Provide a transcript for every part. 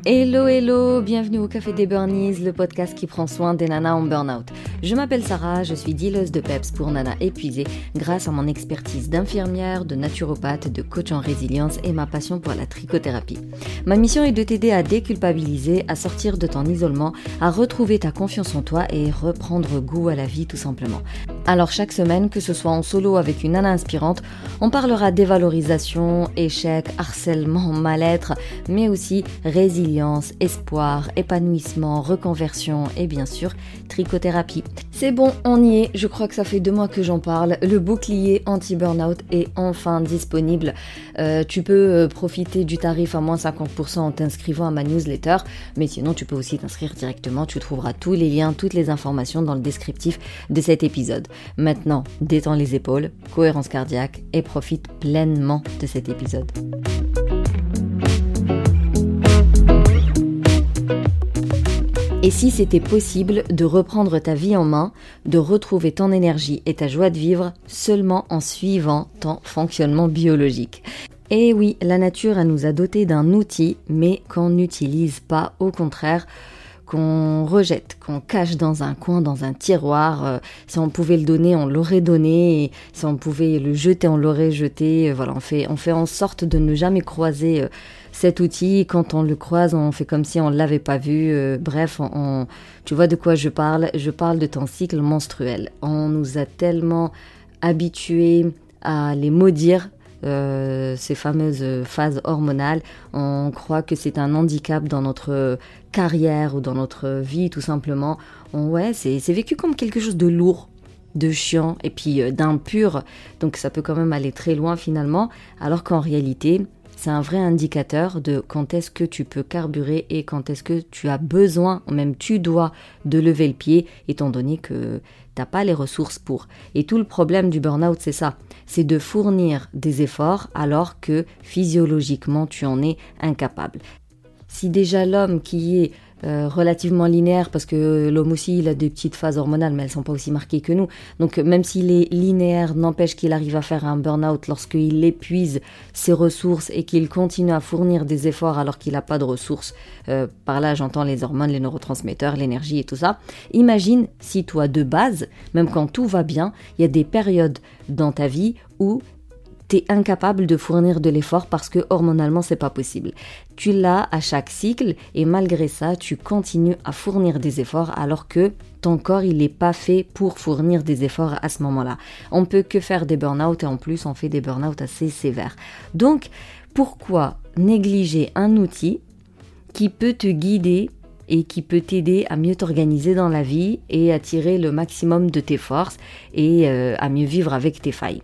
Hello, hello, bienvenue au Café des Burnies, le podcast qui prend soin des nanas en burn-out. Je m'appelle Sarah, je suis dealeuse de peps pour nanas épuisées grâce à mon expertise d'infirmière, de naturopathe, de coach en résilience et ma passion pour la trichothérapie. Ma mission est de t'aider à déculpabiliser, à sortir de ton isolement, à retrouver ta confiance en toi et reprendre goût à la vie tout simplement. Alors chaque semaine, que ce soit en solo avec une nana inspirante, on parlera dévalorisation, échec, harcèlement, mal-être, mais aussi résilience, espoir, épanouissement, reconversion et bien sûr trichothérapie. C'est bon, on y est, je crois que ça fait 2 mois que j'en parle. Le bouclier anti-burnout est enfin disponible. Tu peux profiter du tarif à moins 50% en t'inscrivant à ma newsletter, mais sinon tu peux aussi t'inscrire directement. Tu trouveras tous les liens, toutes les informations dans le descriptif de cet épisode. Maintenant, détends les épaules, cohérence cardiaque et profite pleinement de cet épisode. Et si c'était possible de reprendre ta vie en main, de retrouver ton énergie et ta joie de vivre seulement en suivant ton fonctionnement biologique? Et oui, la nature, elle nous a dotés d'un outil, mais qu'on n'utilise pas, au contraire, qu'on rejette, qu'on cache dans un coin, dans un tiroir. Si on pouvait le donner, on l'aurait donné. Et si on pouvait le jeter, on l'aurait jeté. Voilà, on fait en sorte de ne jamais croiser cet outil. Quand on le croise, on fait comme si on ne l'avait pas vu. Bref, tu vois de quoi je parle? Je parle de ton cycle menstruel. On nous a tellement habitués à les maudire, ces fameuses phases hormonales. On croit que c'est un handicap dans notre carrière ou dans notre vie tout simplement. C'est vécu comme quelque chose de lourd, de chiant et puis d'impur. Donc ça peut quand même aller très loin finalement, alors qu'en réalité, c'est un vrai indicateur de quand est-ce que tu peux carburer et quand est-ce que tu as besoin, même tu dois, de lever le pied, étant donné que t'as pas les ressources pour. Et tout le problème du burn-out, c'est ça. C'est de fournir des efforts alors que physiologiquement, tu en es incapable. Si déjà l'homme qui est relativement linéaire, parce que l'homme aussi il a des petites phases hormonales mais elles sont pas aussi marquées que nous, donc même s'il est linéaire, n'empêche qu'il arrive à faire un burn-out lorsqu'il épuise ses ressources et qu'il continue à fournir des efforts alors qu'il n'a pas de ressources. Par là j'entends les hormones, les neurotransmetteurs, l'énergie et tout ça. Imagine si toi de base, même quand tout va bien, il y a des périodes dans ta vie où t'es incapable de fournir de l'effort parce que hormonalement c'est pas possible. Tu l'as à chaque cycle et malgré ça tu continues à fournir des efforts alors que ton corps il est pas fait pour fournir des efforts à ce moment-là. On peut que faire des burn-out et en plus on fait des burn-out assez sévères. Donc pourquoi négliger un outil qui peut te guider et qui peut t'aider à mieux t'organiser dans la vie et à tirer le maximum de tes forces et à mieux vivre avec tes failles?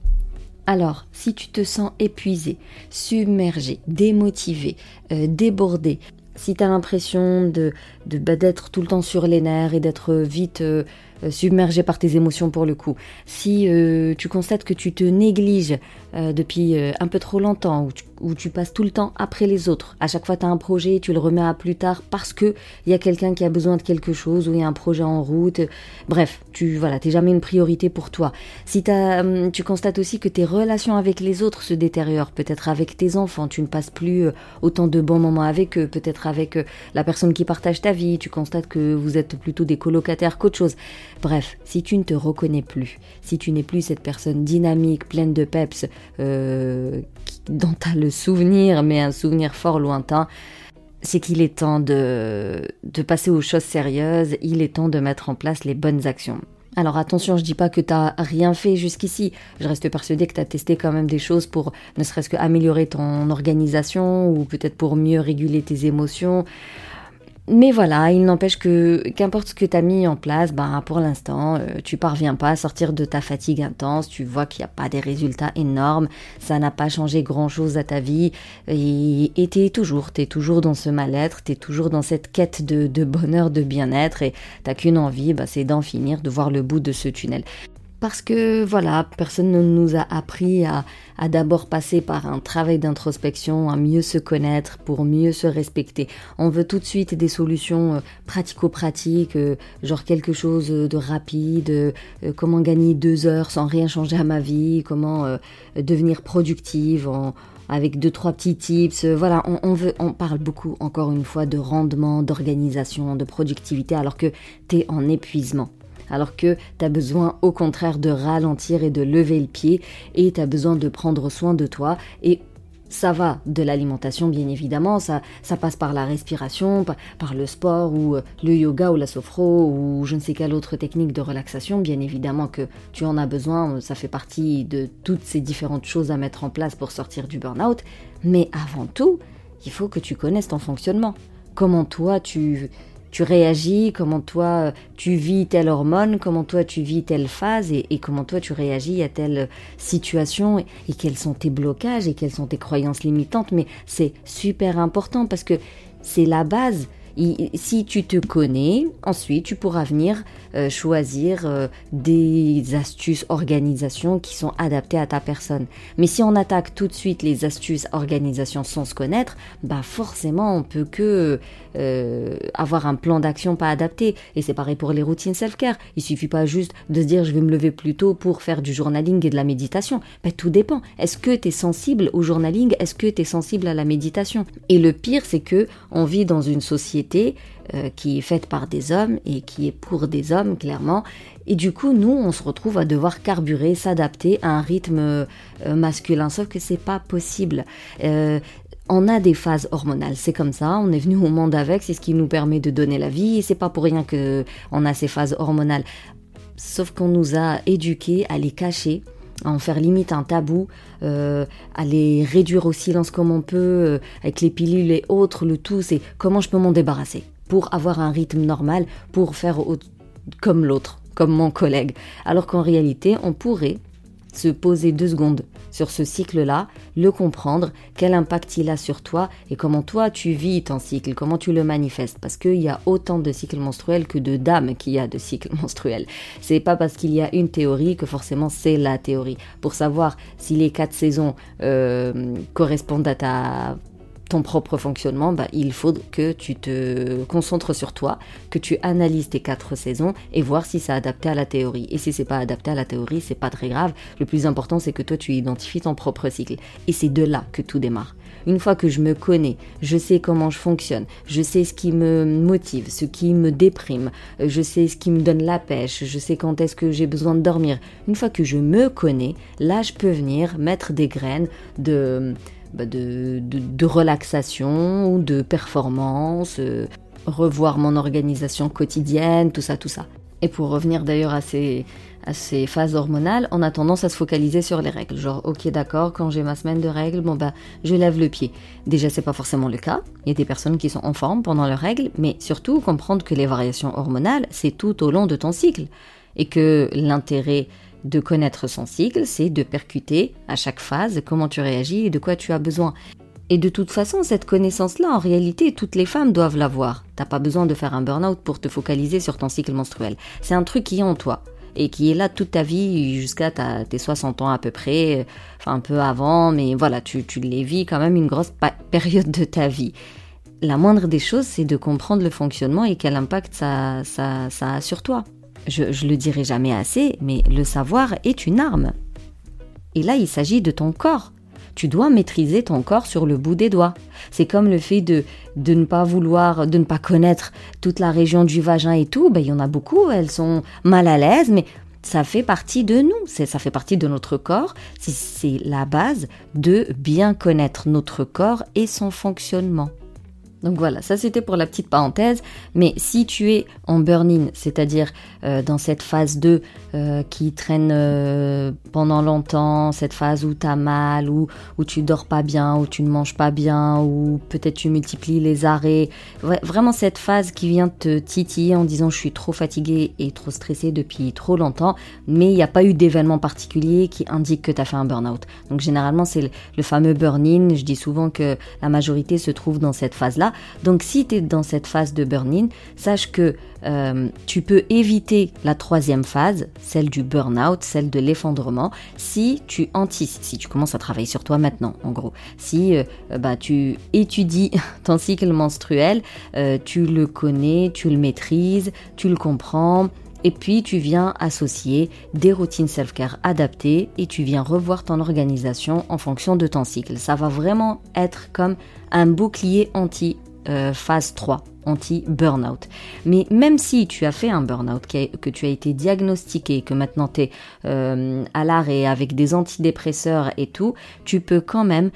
Alors, si tu te sens épuisé, submergé, démotivé, débordé, si tu as l'impression d'être tout le temps sur les nerfs et d'être vite submergé par tes émotions pour le coup, si tu constates que tu te négliges depuis un peu trop longtemps, où tu passes tout le temps après les autres, à chaque fois tu as un projet, tu le remets à plus tard parce qu'il y a quelqu'un qui a besoin de quelque chose ou il y a un projet en route, bref, t'es jamais une priorité pour toi. Si tu constates aussi que tes relations avec les autres se détériorent, peut-être avec tes enfants, tu ne passes plus autant de bons moments avec eux, peut-être avec la personne qui partage ta vie, tu constates que vous êtes plutôt des colocataires qu'autre chose. Bref, si tu ne te reconnais plus, si tu n'es plus cette personne dynamique, pleine de peps, dont tu as le souvenir, mais un souvenir fort lointain, c'est qu'il est temps de passer aux choses sérieuses, il est temps de mettre en place les bonnes actions. Alors attention, je dis pas que t'as rien fait jusqu'ici, je reste persuadée que t'as testé quand même des choses pour ne serait-ce qu'améliorer ton organisation ou peut-être pour mieux réguler tes émotions. Mais voilà, il n'empêche que qu'importe ce que tu as mis en place, pour l'instant, tu parviens pas à sortir de ta fatigue intense, tu vois qu'il n'y a pas des résultats énormes, ça n'a pas changé grand-chose à ta vie et t'es toujours dans ce mal-être, t'es toujours dans cette quête de bonheur, de bien-être et t'as qu'une envie, c'est d'en finir, de voir le bout de ce tunnel. Parce que voilà, personne ne nous a appris à d'abord passer par un travail d'introspection, à mieux se connaître, pour mieux se respecter. On veut tout de suite des solutions pratico-pratiques, genre quelque chose de rapide, comment gagner 2 heures sans rien changer à ma vie, comment devenir productive avec 2-3 petits tips. Voilà, on parle beaucoup, encore une fois, de rendement, d'organisation, de productivité, alors que t'es en épuisement. Alors que tu as besoin au contraire de ralentir et de lever le pied et tu as besoin de prendre soin de toi. Et ça va de l'alimentation bien évidemment, ça passe par la respiration, par le sport ou le yoga ou la sophro ou je ne sais quelle autre technique de relaxation. Bien évidemment que tu en as besoin, ça fait partie de toutes ces différentes choses à mettre en place pour sortir du burn-out. Mais avant tout, il faut que tu connaisses ton fonctionnement. Comment toi tu réagis, comment toi tu vis telle hormone, comment toi tu vis telle phase et comment toi tu réagis à telle situation et quels sont tes blocages et quelles sont tes croyances limitantes. Mais c'est super important parce que c'est la base. Si tu te connais, ensuite tu pourras venir choisir des astuces organisation qui sont adaptées à ta personne. Mais si on attaque tout de suite les astuces organisation sans se connaître, bah forcément on peut que avoir un plan d'action pas adapté. Et c'est pareil pour les routines self-care. Il suffit pas juste de se dire je vais me lever plus tôt pour faire du journaling et de la méditation. Bah, tout dépend. Est-ce que tu es sensible au journaling? Est-ce que tu es sensible à la méditation? Et le pire, c'est que on vit dans une société qui est faite par des hommes et qui est pour des hommes, clairement. Et du coup, nous, on se retrouve à devoir carburer, s'adapter à un rythme masculin. Sauf que c'est pas possible. On a des phases hormonales, c'est comme ça, on est venu au monde avec, c'est ce qui nous permet de donner la vie, et c'est pas pour rien qu'on a ces phases hormonales. Sauf qu'on nous a éduqués à les cacher, à en faire limite un tabou, à les réduire au silence comme on peut, avec les pilules et autres, le tout c'est comment je peux m'en débarrasser pour avoir un rythme normal, pour faire comme l'autre, comme mon collègue. Alors qu'en réalité, on pourrait se poser 2 secondes sur ce cycle-là, le comprendre, quel impact il a sur toi et comment toi tu vis ton cycle, comment tu le manifestes. Parce qu'il y a autant de cycles menstruels que de dames qu'il y a de cycles menstruels. C'est pas parce qu'il y a une théorie que forcément c'est la théorie. Pour savoir si les 4 saisons correspondent à ton propre fonctionnement, il faut que tu te concentres sur toi, que tu analyses tes 4 saisons et voir si c'est adapté à la théorie. Et si c'est pas adapté à la théorie, c'est pas très grave. Le plus important, c'est que toi, tu identifies ton propre cycle. Et c'est de là que tout démarre. Une fois que je me connais, je sais comment je fonctionne, je sais ce qui me motive, ce qui me déprime, je sais ce qui me donne la pêche, je sais quand est-ce que j'ai besoin de dormir. Une fois que je me connais, là, je peux venir mettre des graines de relaxation ou de performance, revoir mon organisation quotidienne, tout ça. Et pour revenir d'ailleurs à ces phases hormonales, on a tendance à se focaliser sur les règles. Genre, ok d'accord, quand j'ai ma semaine de règles, je lève le pied. Déjà, c'est pas forcément le cas. Il y a des personnes qui sont en forme pendant leurs règles, mais surtout comprendre que les variations hormonales, c'est tout au long de ton cycle. Et que l'intérêt de connaître son cycle, c'est de percuter à chaque phase comment tu réagis et de quoi tu as besoin. Et de toute façon, cette connaissance-là, en réalité, toutes les femmes doivent l'avoir. T'as pas besoin de faire un burn-out pour te focaliser sur ton cycle menstruel. C'est un truc qui est en toi et qui est là toute ta vie jusqu'à tes 60 ans à peu près, enfin un peu avant, mais voilà, tu les vis quand même une grosse période de ta vie. La moindre des choses, c'est de comprendre le fonctionnement et quel impact ça a sur toi. Je le dirai jamais assez, mais le savoir est une arme. Et là, il s'agit de ton corps. Tu dois maîtriser ton corps sur le bout des doigts. C'est comme le fait de ne pas connaître toute la région du vagin et tout. Il y en a beaucoup, elles sont mal à l'aise, mais ça fait partie de nous, ça fait partie de notre corps. C'est la base de bien connaître notre corps et son fonctionnement. Donc voilà, ça c'était pour la petite parenthèse, mais si tu es en burn-in, c'est-à-dire dans cette phase 2 qui traîne pendant longtemps, cette phase où t'as mal, où tu dors pas bien, où tu ne manges pas bien, où peut-être tu multiplies les arrêts, vraiment cette phase qui vient te titiller en disant je suis trop fatiguée et trop stressée depuis trop longtemps, mais il n'y a pas eu d'événement particulier qui indique que tu as fait un burn-out. Donc généralement c'est le fameux burn-in, je dis souvent que la majorité se trouve dans cette phase-là. Donc si tu es dans cette phase de burn-in, sache que tu peux éviter la 3e phase, celle du burn-out, celle de l'effondrement, si tu anticipes, si tu commences à travailler sur toi maintenant, en gros. Si tu étudies ton cycle menstruel, tu le connais, tu le maîtrises, tu le comprends, Et puis tu viens associer des routines self-care adaptées et tu viens revoir ton organisation en fonction de ton cycle. Ça va vraiment être comme un bouclier phase 3, anti-burnout. Mais même si tu as fait un burnout, que tu as été diagnostiqué, que maintenant tu es à l'arrêt avec des antidépresseurs et tout, tu peux quand même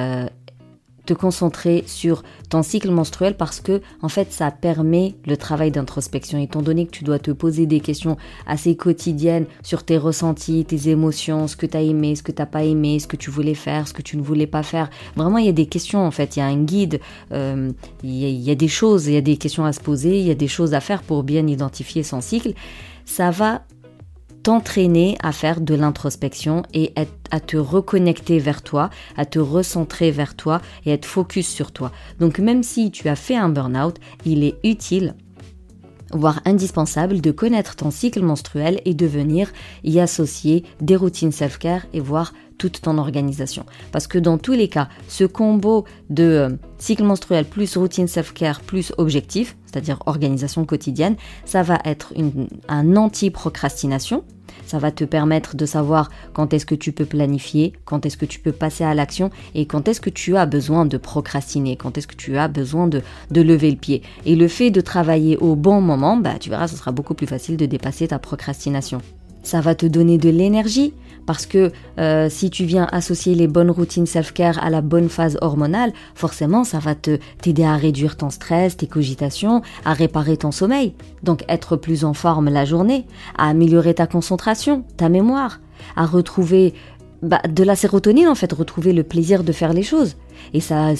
te concentrer sur ton cycle menstruel parce que en fait ça permet le travail d'introspection, étant donné que tu dois te poser des questions assez quotidiennes sur tes ressentis, tes émotions, ce que tu as aimé, ce que tu n'as pas aimé, ce que tu voulais faire, ce que tu ne voulais pas faire. Vraiment il y a des questions en fait, il y a un guide, il y a des choses, il y a des questions à se poser, il y a des choses à faire pour bien identifier son cycle. Ça va t'entraîner à faire de l'introspection et à te reconnecter vers toi, à te recentrer vers toi et être focus sur toi. Donc même si tu as fait un burn-out, il est utile, voire indispensable, de connaître ton cycle menstruel et de venir y associer des routines self-care et voir toute ton organisation. Parce que dans tous les cas, ce combo de cycle menstruel plus routine self-care plus objectif, c'est-à-dire organisation quotidienne, ça va être un anti-procrastination. Ça va te permettre de savoir quand est-ce que tu peux planifier, quand est-ce que tu peux passer à l'action et quand est-ce que tu as besoin de procrastiner, quand est-ce que tu as besoin de lever le pied. Et le fait de travailler au bon moment, tu verras, ce sera beaucoup plus facile de dépasser ta procrastination. Ça va te donner de l'énergie parce que si tu viens associer les bonnes routines self-care à la bonne phase hormonale, forcément ça va t'aider à réduire ton stress, tes cogitations, à réparer ton sommeil, donc être plus en forme la journée, à améliorer ta concentration, ta mémoire, à retrouver de la sérotonine en fait, retrouver le plaisir de faire les choses. Et ça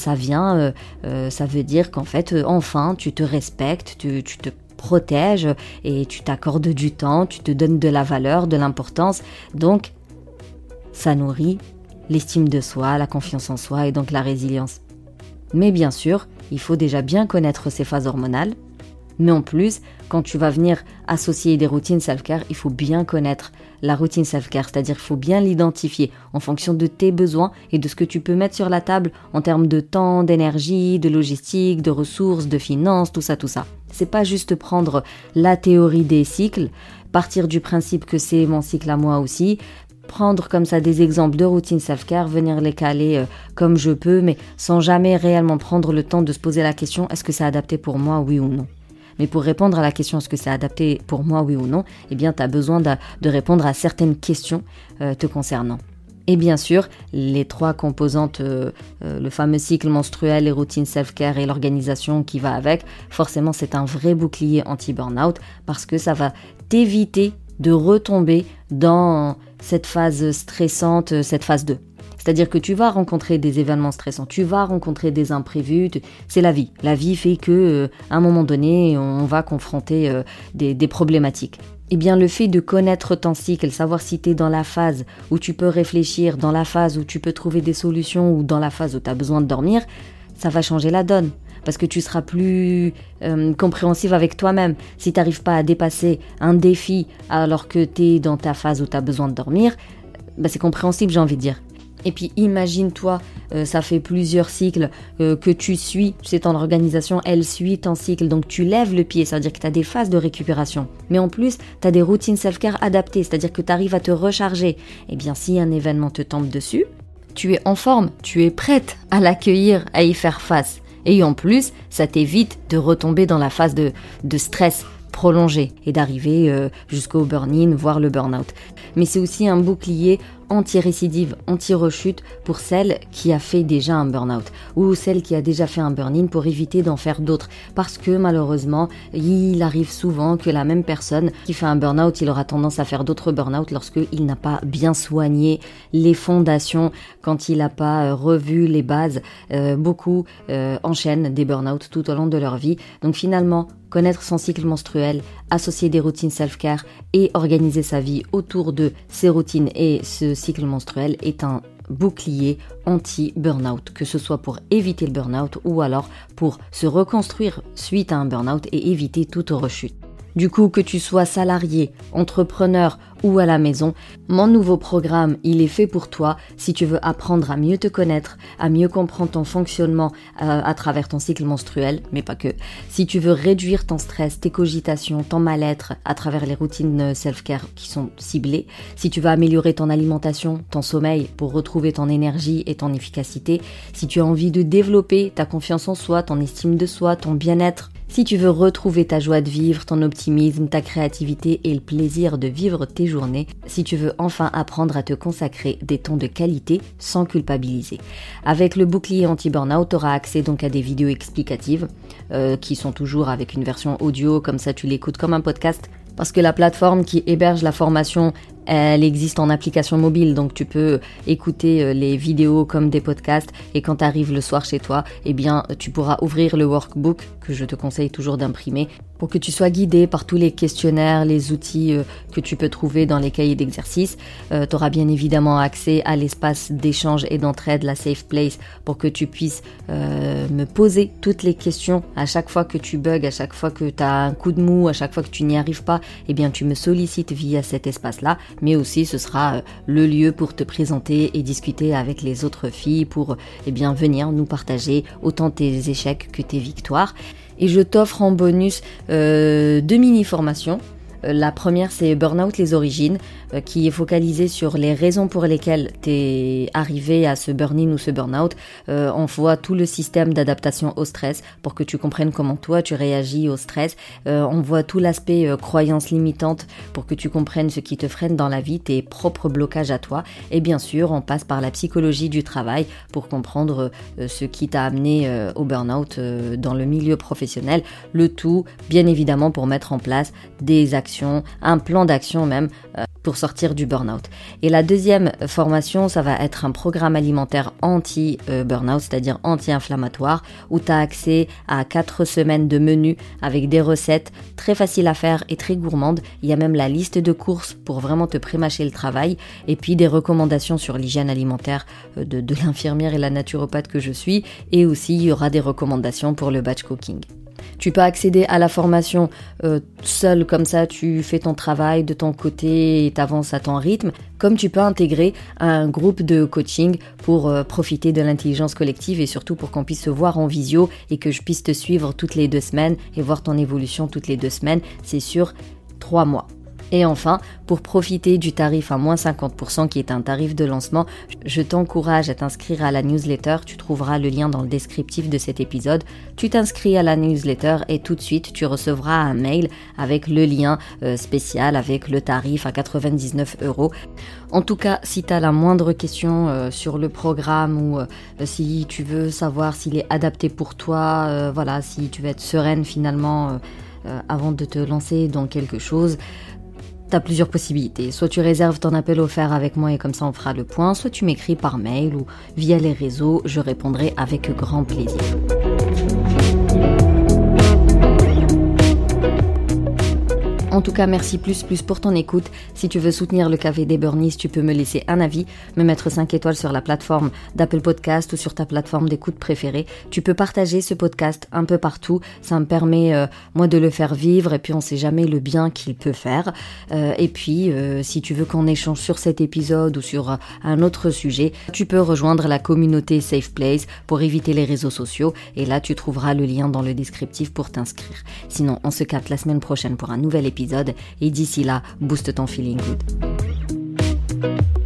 veut dire qu'en fait enfin tu te respectes, tu te protèges et tu t'accordes du temps, tu te donnes de la valeur, de l'importance. Donc, ça nourrit l'estime de soi, la confiance en soi et donc la résilience. Mais bien sûr, il faut déjà bien connaître ces phases hormonales. Mais en plus, quand tu vas venir associer des routines self-care, il faut bien connaître la routine self-care, c'est-à-dire qu'il faut bien l'identifier en fonction de tes besoins et de ce que tu peux mettre sur la table en termes de temps, d'énergie, de logistique, de ressources, de finances, tout ça. C'est pas juste prendre la théorie des cycles, partir du principe que c'est mon cycle à moi aussi, prendre comme ça des exemples de routines self-care, venir les caler comme je peux, mais sans jamais réellement prendre le temps de se poser la question, est-ce que c'est adapté pour moi, oui ou non ? Mais pour répondre à la question est-ce que c'est adapté pour moi, oui ou non, eh bien tu as besoin de répondre à certaines questions te concernant. Et bien sûr, les 3 composantes, le fameux cycle menstruel, les routines self-care et l'organisation qui va avec, forcément c'est un vrai bouclier anti-burnout parce que ça va t'éviter de retomber dans cette phase stressante, cette phase 2. C'est-à-dire que tu vas rencontrer des événements stressants, tu vas rencontrer des imprévus, c'est la vie. La vie fait que, à un moment donné, on va confronter des problématiques. Eh bien, le fait de connaître ton cycle, savoir si tu es dans la phase où tu peux réfléchir, dans la phase où tu peux trouver des solutions ou dans la phase où tu as besoin de dormir, ça va changer la donne. Parce que tu seras plus compréhensive avec toi-même. Si tu n'arrives pas à dépasser un défi alors que tu es dans ta phase où tu as besoin de dormir, c'est compréhensible, j'ai envie de dire. Et puis imagine-toi, ça fait plusieurs cycles que tu suis, tu sais, ton organisation, elle suit ton cycle, donc tu lèves le pied, ça veut dire que tu as des phases de récupération. Mais en plus, tu as des routines self-care adaptées, c'est-à-dire que tu arrives à te recharger. Et bien si un événement te tombe dessus, tu es en forme, tu es prête à l'accueillir, à y faire face. Et en plus, ça t'évite de retomber dans la phase de stress prolongé et d'arriver jusqu'au burn-in, voire le burn-out. Mais c'est aussi un bouclier anti-récidive, anti-rechute pour celle qui a fait déjà un burn-out ou celle qui a déjà fait un burn-in pour éviter d'en faire d'autres. Parce que malheureusement, il arrive souvent que la même personne qui fait un burn-out, il aura tendance à faire d'autres burn-out lorsqu'il n'a pas bien soigné les fondations, quand il n'a pas revu les bases. Beaucoup enchaînent des burn-out tout au long de leur vie. Donc finalement, connaître son cycle menstruel, associer des routines self-care et organiser sa vie autour de ces routines et ce cycle menstruel est un bouclier anti-burnout, que ce soit pour éviter le burnout ou alors pour se reconstruire suite à un burnout et éviter toute rechute. Du coup, que tu sois salarié, entrepreneur ou à la maison, mon nouveau programme, il est fait pour toi si tu veux apprendre à mieux te connaître, à mieux comprendre ton fonctionnement à travers ton cycle menstruel, mais pas que. Si tu veux réduire ton stress, tes cogitations, ton mal-être à travers les routines self-care qui sont ciblées, si tu veux améliorer ton alimentation, ton sommeil pour retrouver ton énergie et ton efficacité, si tu as envie de développer ta confiance en soi, ton estime de soi, ton bien-être, si tu veux retrouver ta joie de vivre, ton optimisme, ta créativité et le plaisir de vivre tes journées, si tu veux enfin apprendre à te consacrer des temps de qualité sans culpabiliser. Avec le bouclier anti-burnout, tu auras accès donc à des vidéos explicatives qui sont toujours avec une version audio, comme ça tu l'écoutes comme un podcast. Parce que la plateforme qui héberge la formation, elle existe en application mobile, donc tu peux écouter les vidéos comme des podcasts et quand tu arrives le soir chez toi, eh bien tu pourras ouvrir le workbook que je te conseille toujours d'imprimer pour que tu sois guidé par tous les questionnaires, les outils que tu peux trouver dans les cahiers d'exercice. Tu auras bien évidemment accès à l'espace d'échange et d'entraide, la Safe Place, pour que tu puisses me poser toutes les questions à chaque fois que tu bugs, à chaque fois que tu as un coup de mou, à chaque fois que tu n'y arrives pas, eh bien tu me sollicites via cet espace-là. Mais aussi ce sera le lieu pour te présenter et discuter avec les autres filles pour venir nous partager autant tes échecs que tes victoires. Et je t'offre en bonus 2 mini-formations. La première, c'est Burnout les origines, qui est focalisée sur les raisons pour lesquelles tu es arrivé à ce burn-in ou ce burn-out. On voit tout le système d'adaptation au stress pour que tu comprennes comment toi tu réagis au stress. On voit tout l'aspect croyances limitantes pour que tu comprennes ce qui te freine dans la vie, tes propres blocages à toi. Et bien sûr, on passe par la psychologie du travail pour comprendre ce qui t'a amené au burn-out dans le milieu professionnel. Le tout, bien évidemment, pour mettre en place des actions, un plan d'action même pour sortir du burn-out. Et la deuxième formation, ça va être un programme alimentaire anti-burn-out, c'est-à-dire anti-inflammatoire, où tu as accès à 4 semaines de menus avec des recettes très faciles à faire et très gourmandes. Il y a même la liste de courses pour vraiment te prémâcher le travail et puis des recommandations sur l'hygiène alimentaire de l'infirmière et la naturopathe que je suis, et aussi il y aura des recommandations pour le batch cooking. Tu peux accéder à la formation seul, comme ça tu fais ton travail de ton côté et t'avances à ton rythme, comme tu peux intégrer un groupe de coaching pour profiter de l'intelligence collective et surtout pour qu'on puisse se voir en visio et que je puisse te suivre toutes les 2 semaines et voir ton évolution toutes les 2 semaines, c'est sur 3 mois. Et enfin, pour profiter du tarif à moins 50% qui est un tarif de lancement, je t'encourage à t'inscrire à la newsletter. Tu trouveras le lien dans le descriptif de cet épisode. Tu t'inscris à la newsletter et tout de suite, tu recevras un mail avec le lien spécial, avec le tarif à 99 €. En tout cas, si tu as la moindre question sur le programme ou si tu veux savoir s'il est adapté pour toi, si tu veux être sereine finalement avant de te lancer dans quelque chose, tu as plusieurs possibilités. Soit tu réserves ton appel offert avec moi et comme ça on fera le point, soit tu m'écris par mail ou via les réseaux, je répondrai avec grand plaisir. En tout cas, merci plus pour ton écoute. Si tu veux soutenir le Café des Burnies, tu peux me laisser un avis, me mettre 5 étoiles sur la plateforme d'Apple Podcast ou sur ta plateforme d'écoute préférée. Tu peux partager ce podcast un peu partout. Ça me permet, moi, de le faire vivre et puis on sait jamais le bien qu'il peut faire. Et puis, si tu veux qu'on échange sur cet épisode ou sur un autre sujet, tu peux rejoindre la communauté Safe Place pour éviter les réseaux sociaux. Et là, tu trouveras le lien dans le descriptif pour t'inscrire. Sinon, on se capte la semaine prochaine pour un nouvel épisode. Et d'ici là, booste ton feeling good.